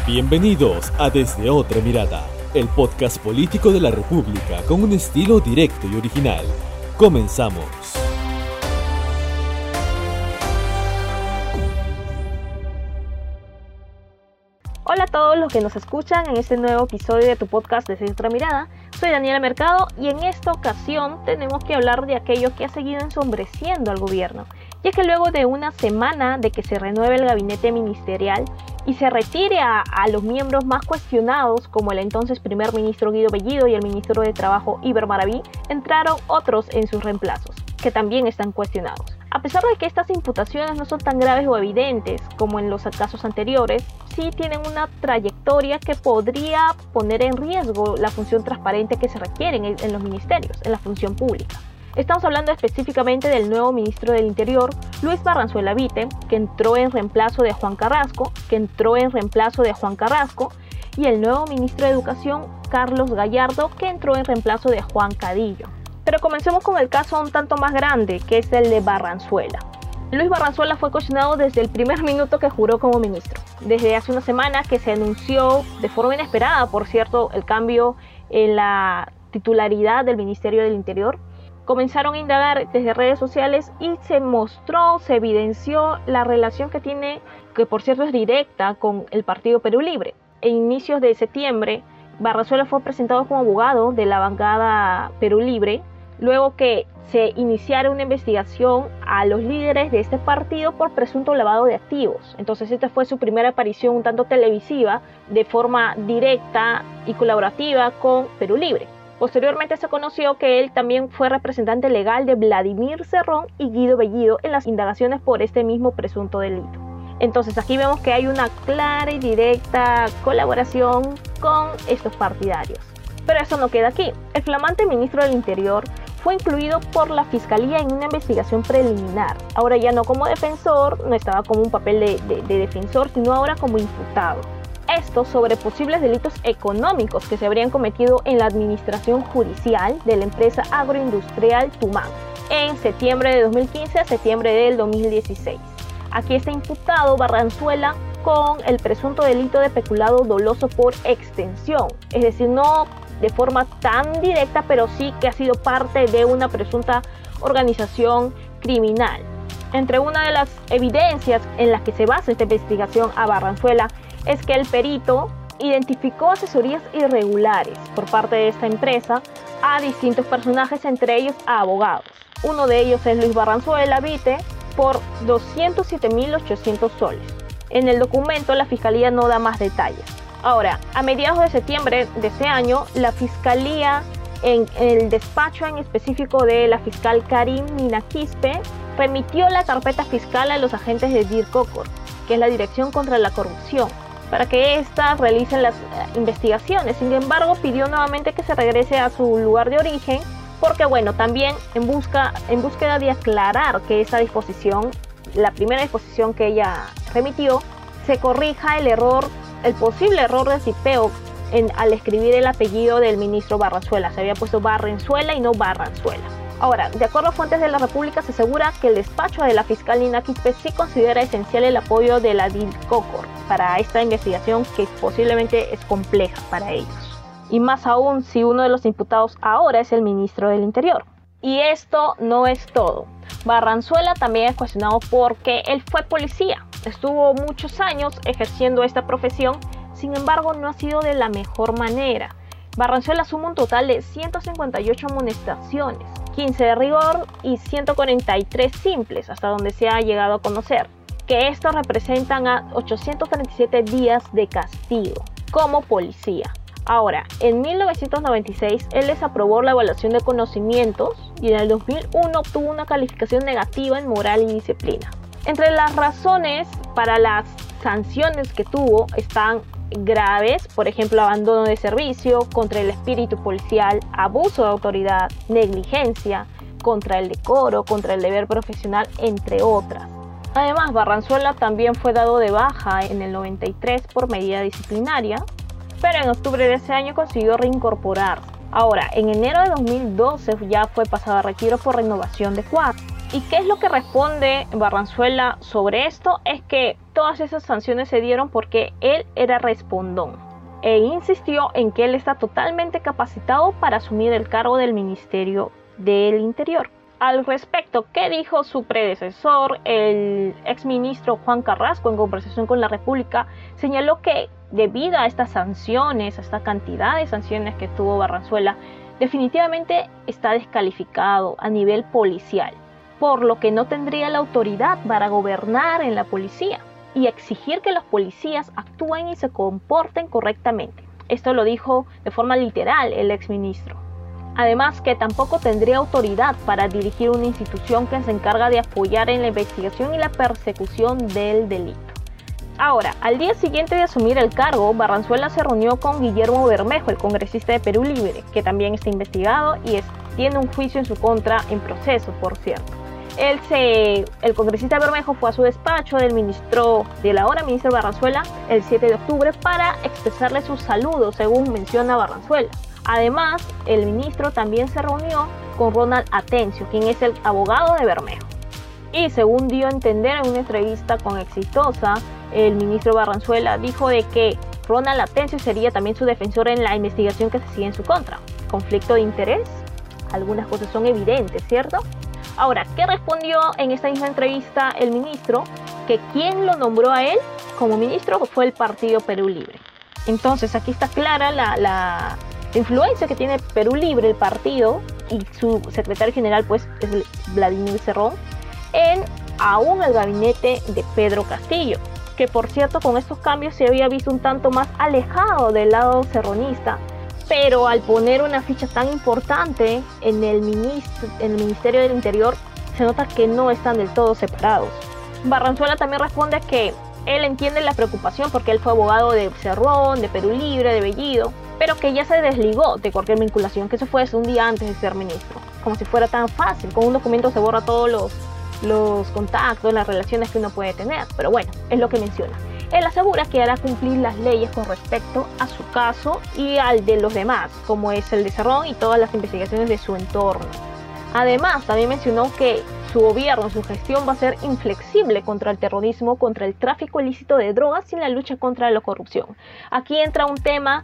Bienvenidos a Desde Otra Mirada, el podcast político de la República con un estilo directo y original. Comenzamos. Hola a todos los que nos escuchan en este nuevo episodio de tu podcast Desde Otra Mirada. Soy Daniela Mercado y en esta ocasión tenemos que hablar de aquello que ha seguido ensombreciendo al gobierno. Y es que luego de una semana de que se renueve el gabinete ministerial y se retire a los miembros más cuestionados, como el entonces primer ministro Guido Bellido y el ministro de Trabajo Iber Maraví, entraron otros en sus reemplazos, que también están cuestionados. A pesar de que estas imputaciones no son tan graves o evidentes como en los casos anteriores, sí tienen una trayectoria que podría poner en riesgo la función transparente que se requiere en los ministerios, en la función pública. Estamos hablando específicamente del nuevo ministro del Interior, Luis Barranzuela Vite, que entró en reemplazo de Juan Carrasco, y el nuevo ministro de Educación, Carlos Gallardo, que entró en reemplazo de Juan Cadillo. Pero comencemos con el caso un tanto más grande, que es el de Barranzuela. Luis Barranzuela fue cuestionado desde el primer minuto que juró como ministro. Desde hace una semana que se anunció, de forma inesperada, por cierto, el cambio en la titularidad del Ministerio del Interior, comenzaron a indagar desde redes sociales y se evidenció la relación que tiene, que por cierto es directa, con el partido Perú Libre. En inicios de septiembre, Barranzuela fue presentado como abogado de la bancada Perú Libre, luego que se iniciara una investigación a los líderes de este partido por presunto lavado de activos. Entonces esta fue su primera aparición un tanto televisiva, de forma directa y colaborativa con Perú Libre. Posteriormente se conoció que él también fue representante legal de Vladimir Cerrón y Guido Bellido en las indagaciones por este mismo presunto delito. Entonces aquí vemos que hay una clara y directa colaboración con estos partidarios. Pero eso no queda aquí. El flamante ministro del Interior fue incluido por la Fiscalía en una investigación preliminar. Ahora ya no como defensor, no estaba como un papel de defensor, sino ahora como imputado. Esto sobre posibles delitos económicos que se habrían cometido en la administración judicial de la empresa agroindustrial Tumán en septiembre de 2015 a septiembre del 2016. Aquí está imputado Barranzuela con el presunto delito de peculado doloso por extensión, es decir, no de forma tan directa, pero sí que ha sido parte de una presunta organización criminal. Entre una de las evidencias en las que se basa esta investigación a Barranzuela es que el perito identificó asesorías irregulares por parte de esta empresa a distintos personajes, entre ellos a abogados. Uno de ellos es Luis Barranzuela Vite por 207.800 soles. En el documento la Fiscalía no da más detalles. Ahora, a mediados de septiembre de este año, la Fiscalía, en el despacho en específico de la fiscal Karim Mina Quispe, remitió la carpeta fiscal a los agentes de DIRCOCOR, que es la Dirección contra la Corrupción, para que éstas realicen las investigaciones. Sin embargo, pidió nuevamente que se regrese a su lugar de origen, porque bueno, también en búsqueda de aclarar que esa disposición, la primera disposición que ella remitió, se corrija el posible error de tipeo al escribir el apellido del ministro Barranzuela. Se había puesto Barrenzuela y no Barranzuela. Ahora, de acuerdo a fuentes de la República, se asegura que el despacho de la fiscal Nina Quispe sí considera esencial el apoyo de la DIRCOCOR para esta investigación, que posiblemente es compleja para ellos. Y más aún si uno de los imputados ahora es el ministro del Interior. Y esto no es todo. Barranzuela también es cuestionado porque él fue policía. Estuvo muchos años ejerciendo esta profesión, sin embargo no ha sido de la mejor manera. Barranzuela suma un total de 158 amonestaciones, 15 de rigor y 143 simples, hasta donde se ha llegado a conocer, que estos representan a 837 días de castigo como policía. Ahora, en 1996 él desaprobó la evaluación de conocimientos y en el 2001 obtuvo una calificación negativa en moral y disciplina. Entre las razones para las sanciones que tuvo están graves, por ejemplo, abandono de servicio, contra el espíritu policial, abuso de autoridad, negligencia, contra el decoro, contra el deber profesional, entre otras. Además, Barranzuela también fue dado de baja en el 93 por medida disciplinaria, pero en octubre de ese año consiguió reincorporarse. Ahora, en enero de 2012 ya fue pasado a retiro por renovación de cuadro. ¿Y qué es lo que responde Barranzuela sobre esto? Es que todas esas sanciones se dieron porque él era respondón e insistió en que él está totalmente capacitado para asumir el cargo del Ministerio del Interior. Al respecto, ¿qué dijo su predecesor? El exministro Juan Carrasco, en conversación con La República, señaló que debido a estas sanciones, a esta cantidad de sanciones que tuvo Barranzuela, definitivamente está descalificado a nivel policial, por lo que no tendría la autoridad para gobernar en la policía y exigir que los policías actúen y se comporten correctamente. Esto lo dijo de forma literal el exministro. Además, que tampoco tendría autoridad para dirigir una institución que se encarga de apoyar en la investigación y la persecución del delito. Ahora, al día siguiente de asumir el cargo, Barranzuela se reunió con Guillermo Bermejo, el congresista de Perú Libre, que también está investigado y tiene un juicio en su contra en proceso, por cierto. El congresista Bermejo fue a su despacho del ministro del ahora ministro Barranzuela el 7 de octubre para expresarle sus saludos, según menciona Barranzuela. Además, el ministro también se reunió con Ronald Atencio, quien es el abogado de Bermejo. Y según dio a entender en una entrevista con Exitosa, el ministro Barranzuela dijo de que Ronald Atencio sería también su defensor en la investigación que se sigue en su contra. ¿Conflicto de interés? Algunas cosas son evidentes, ¿cierto? Ahora, ¿qué respondió en esta misma entrevista el ministro? Que quien lo nombró a él como ministro fue el partido Perú Libre. Entonces, aquí está clara la influencia que tiene Perú Libre, el partido, y su secretario general pues es Vladimir Cerrón, en aún el gabinete de Pedro Castillo, que por cierto con estos cambios se había visto un tanto más alejado del lado cerronista, pero al poner una ficha tan importante en el Ministerio del Interior, se nota que no están del todo separados. Barranzuela también responde que él entiende la preocupación porque él fue abogado de Cerrón, de Perú Libre, de Bellido, pero que ya se desligó de cualquier vinculación, que eso fue un día antes de ser ministro. Como si fuera tan fácil, con un documento se borra todos los contactos, las relaciones que uno puede tener, pero bueno, es lo que menciona. Él asegura que hará cumplir las leyes con respecto a su caso y al de los demás, como es el de Cerrón y todas las investigaciones de su entorno. Además, también mencionó que su gobierno, su gestión va a ser inflexible contra el terrorismo, contra el tráfico ilícito de drogas y la lucha contra la corrupción. Aquí entra un tema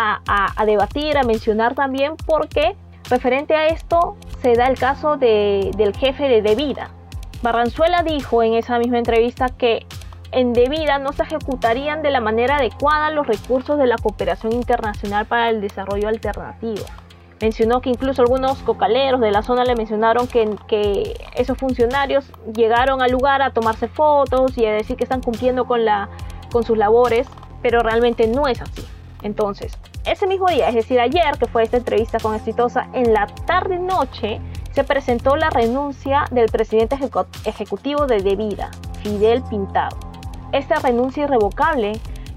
a debatir, a mencionar también, porque referente a esto se da el caso del jefe de Devida. Barranzuela dijo en esa misma entrevista que en Devida no se ejecutarían de la manera adecuada los recursos de la cooperación internacional para el desarrollo alternativo. Mencionó que incluso algunos cocaleros de la zona le mencionaron que esos funcionarios llegaron al lugar a tomarse fotos y a decir que están cumpliendo con sus labores, pero realmente no es así. Entonces, ese mismo día, es decir, ayer, que fue esta entrevista con Exitosa, en la tarde-noche se presentó la renuncia del presidente ejecutivo de Devida, Fidel Pintado. Esta renuncia irrevocable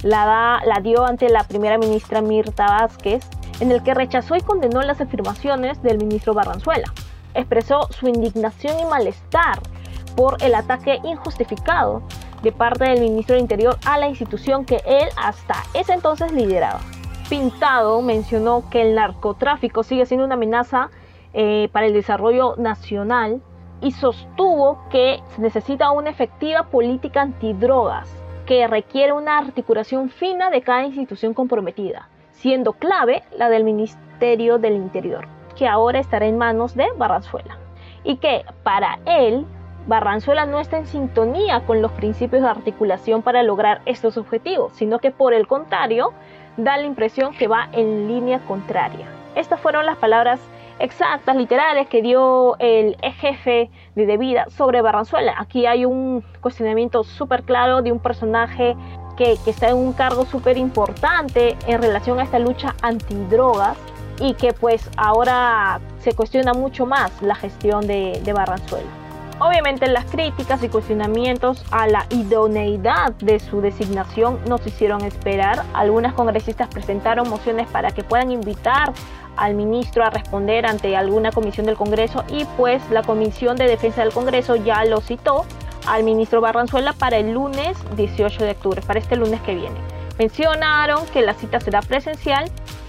la dio ante la primera ministra Mirta Vázquez, en el que rechazó y condenó las afirmaciones del ministro Barranzuela. Expresó su indignación y malestar por el ataque injustificado de parte del ministro del Interior a la institución que él hasta ese entonces lideraba. Pintado mencionó que el narcotráfico sigue siendo una amenaza para el desarrollo nacional y sostuvo que se necesita una efectiva política antidrogas que requiere una articulación fina de cada institución comprometida, siendo clave la del Ministerio del Interior, que ahora estará en manos de Barranzuela, y que para él Barranzuela no está en sintonía con los principios de articulación para lograr estos objetivos, sino que por el contrario da la impresión que va en línea contraria. Estas fueron las palabras exactas, literales, que dio el jefe de Devida sobre Barranzuela. Aquí hay un cuestionamiento súper claro de un personaje que está en un cargo súper importante en relación a esta lucha antidrogas y que pues ahora se cuestiona mucho más la gestión de Barranzuela. Obviamente las críticas y cuestionamientos a la idoneidad de su designación no se hicieron esperar. Algunas congresistas presentaron mociones para que puedan invitar al ministro a responder ante alguna comisión del Congreso y pues la Comisión de Defensa del Congreso ya lo citó al ministro Barranzuela para el lunes 18 de octubre, para este lunes que viene. Mencionaron que la cita será presencial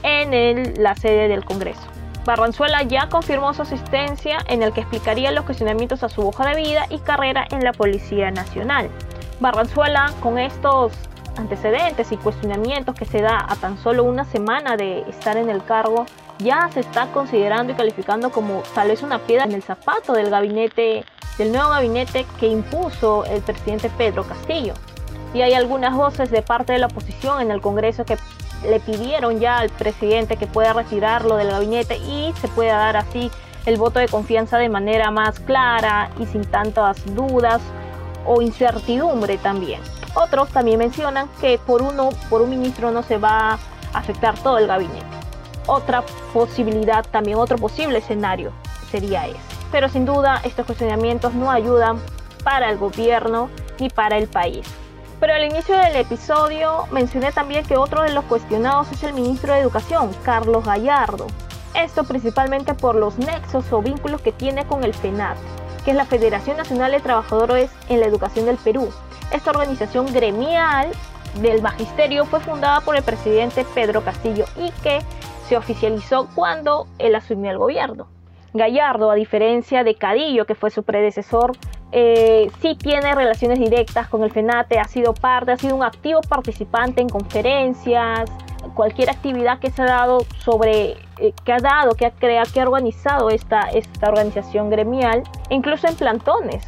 en la sede del Congreso. Barranzuela ya confirmó su asistencia, en el que explicaría los cuestionamientos a su hoja de vida y carrera en la Policía Nacional. Barranzuela, con estos antecedentes y cuestionamientos que se da a tan solo una semana de estar en el cargo, ya se está considerando y calificando como tal vez una piedra en el zapato del nuevo gabinete que impuso el presidente Pedro Castillo. Y hay algunas voces de parte de la oposición en el Congreso que le pidieron ya al presidente que pueda retirarlo del gabinete y se pueda dar así el voto de confianza de manera más clara y sin tantas dudas o incertidumbre también. Otros también mencionan que por un ministro no se va a afectar todo el gabinete. Otra posibilidad, también otro posible escenario sería ese. Pero sin duda estos cuestionamientos no ayudan para el gobierno ni para el país. Pero al inicio del episodio mencioné también que otro de los cuestionados es el ministro de Educación, Carlos Gallardo. Esto principalmente por los nexos o vínculos que tiene con el FENAT, que es la Federación Nacional de Trabajadores en la Educación del Perú. Esta organización gremial del magisterio fue fundada por el presidente Pedro Castillo y que se oficializó cuando él asumió el gobierno. Gallardo, a diferencia de Cadillo, que fue su predecesor, sí tiene relaciones directas con el FENATE, ha sido un activo participante en conferencias, cualquier actividad que se ha dado que ha organizado esta organización gremial, incluso en plantones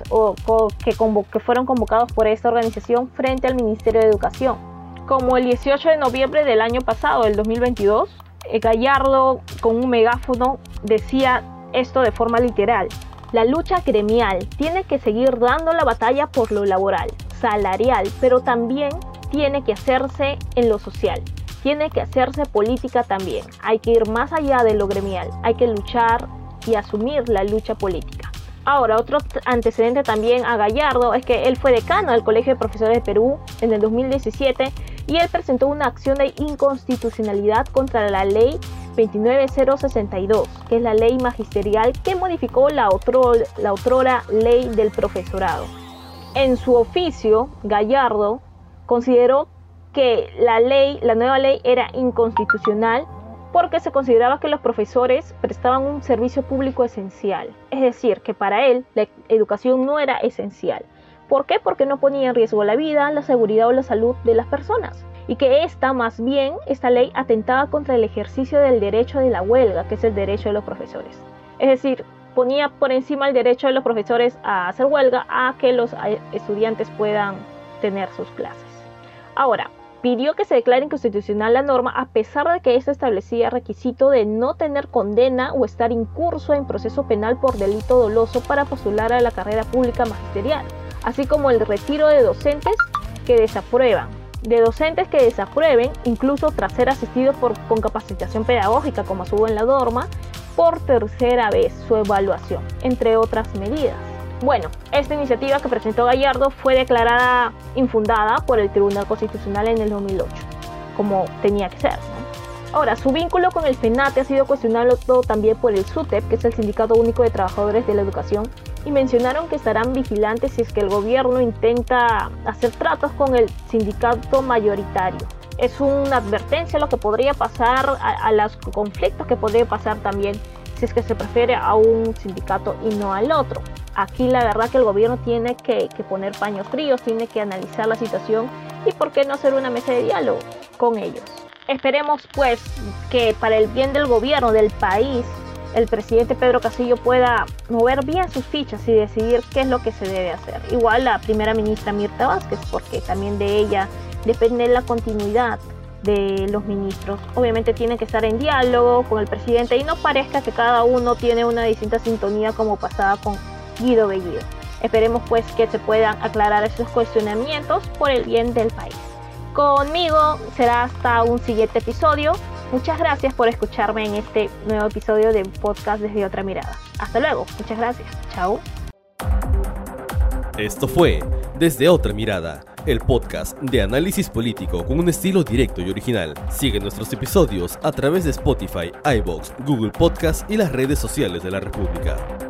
que fueron convocados por esta organización frente al Ministerio de Educación. Como el 18 de noviembre del año pasado, del 2022, Gallardo con un megáfono decía esto de forma literal: la lucha gremial tiene que seguir dando la batalla por lo laboral, salarial, pero también tiene que hacerse en lo social. Tiene que hacerse política también. Hay que ir más allá de lo gremial. Hay que luchar y asumir la lucha política. Ahora, otro antecedente también a Gallardo es que él fue decano del Colegio de Profesores de Perú en el 2017 y él presentó una acción de inconstitucionalidad contra la ley 29062, que es la ley magisterial que modificó la otrora ley del profesorado. En su oficio, Gallardo consideró que la nueva ley era inconstitucional porque se consideraba que los profesores prestaban un servicio público esencial. Es decir, que para él la educación no era esencial. ¿Por qué? Porque no ponía en riesgo la vida, la seguridad o la salud de las personas. Y que esta ley atentaba contra el ejercicio del derecho de la huelga, que es el derecho de los profesores. Es decir, ponía por encima el derecho de los profesores a hacer huelga a que los estudiantes puedan tener sus clases. Ahora, pidió que se declare inconstitucional la norma a pesar de que esta establecía requisito de no tener condena o estar incurso en proceso penal por delito doloso para postular a la carrera pública magisterial, así como el retiro de docentes que desaprueben, incluso tras ser asistidos con capacitación pedagógica, como estuvo en la norma, por tercera vez su evaluación, entre otras medidas. Bueno, esta iniciativa que presentó Gallardo fue declarada infundada por el Tribunal Constitucional en el 2008, como tenía que ser, ¿no? Ahora, su vínculo con el FENATE ha sido cuestionado también por el SUTEP, que es el Sindicato Único de Trabajadores de la Educación, y mencionaron que estarán vigilantes si es que el gobierno intenta hacer tratos con el sindicato mayoritario. Es una advertencia a lo que podría pasar, a los conflictos que podría pasar también si es que se prefiere a un sindicato y no al otro. Aquí la verdad que el gobierno tiene que poner paños fríos, tiene que analizar la situación y por qué no hacer una mesa de diálogo con ellos. Esperemos pues que para el bien del gobierno, del país, el presidente Pedro Castillo pueda mover bien sus fichas y decidir qué es lo que se debe hacer. Igual la primera ministra Mirta Vázquez, porque también de ella depende la continuidad de los ministros. Obviamente tienen que estar en diálogo con el presidente y no parezca que cada uno tiene una distinta sintonía como pasaba con Guido Bellido. Esperemos pues que se puedan aclarar estos cuestionamientos por el bien del país. Conmigo será hasta un siguiente episodio. Muchas gracias por escucharme en este nuevo episodio de podcast Desde Otra Mirada. Hasta luego. Muchas gracias. Chao. Esto fue Desde Otra Mirada, el podcast de análisis político con un estilo directo y original. Sigue nuestros episodios a través de Spotify, iVoox, Google Podcast y las redes sociales de la República.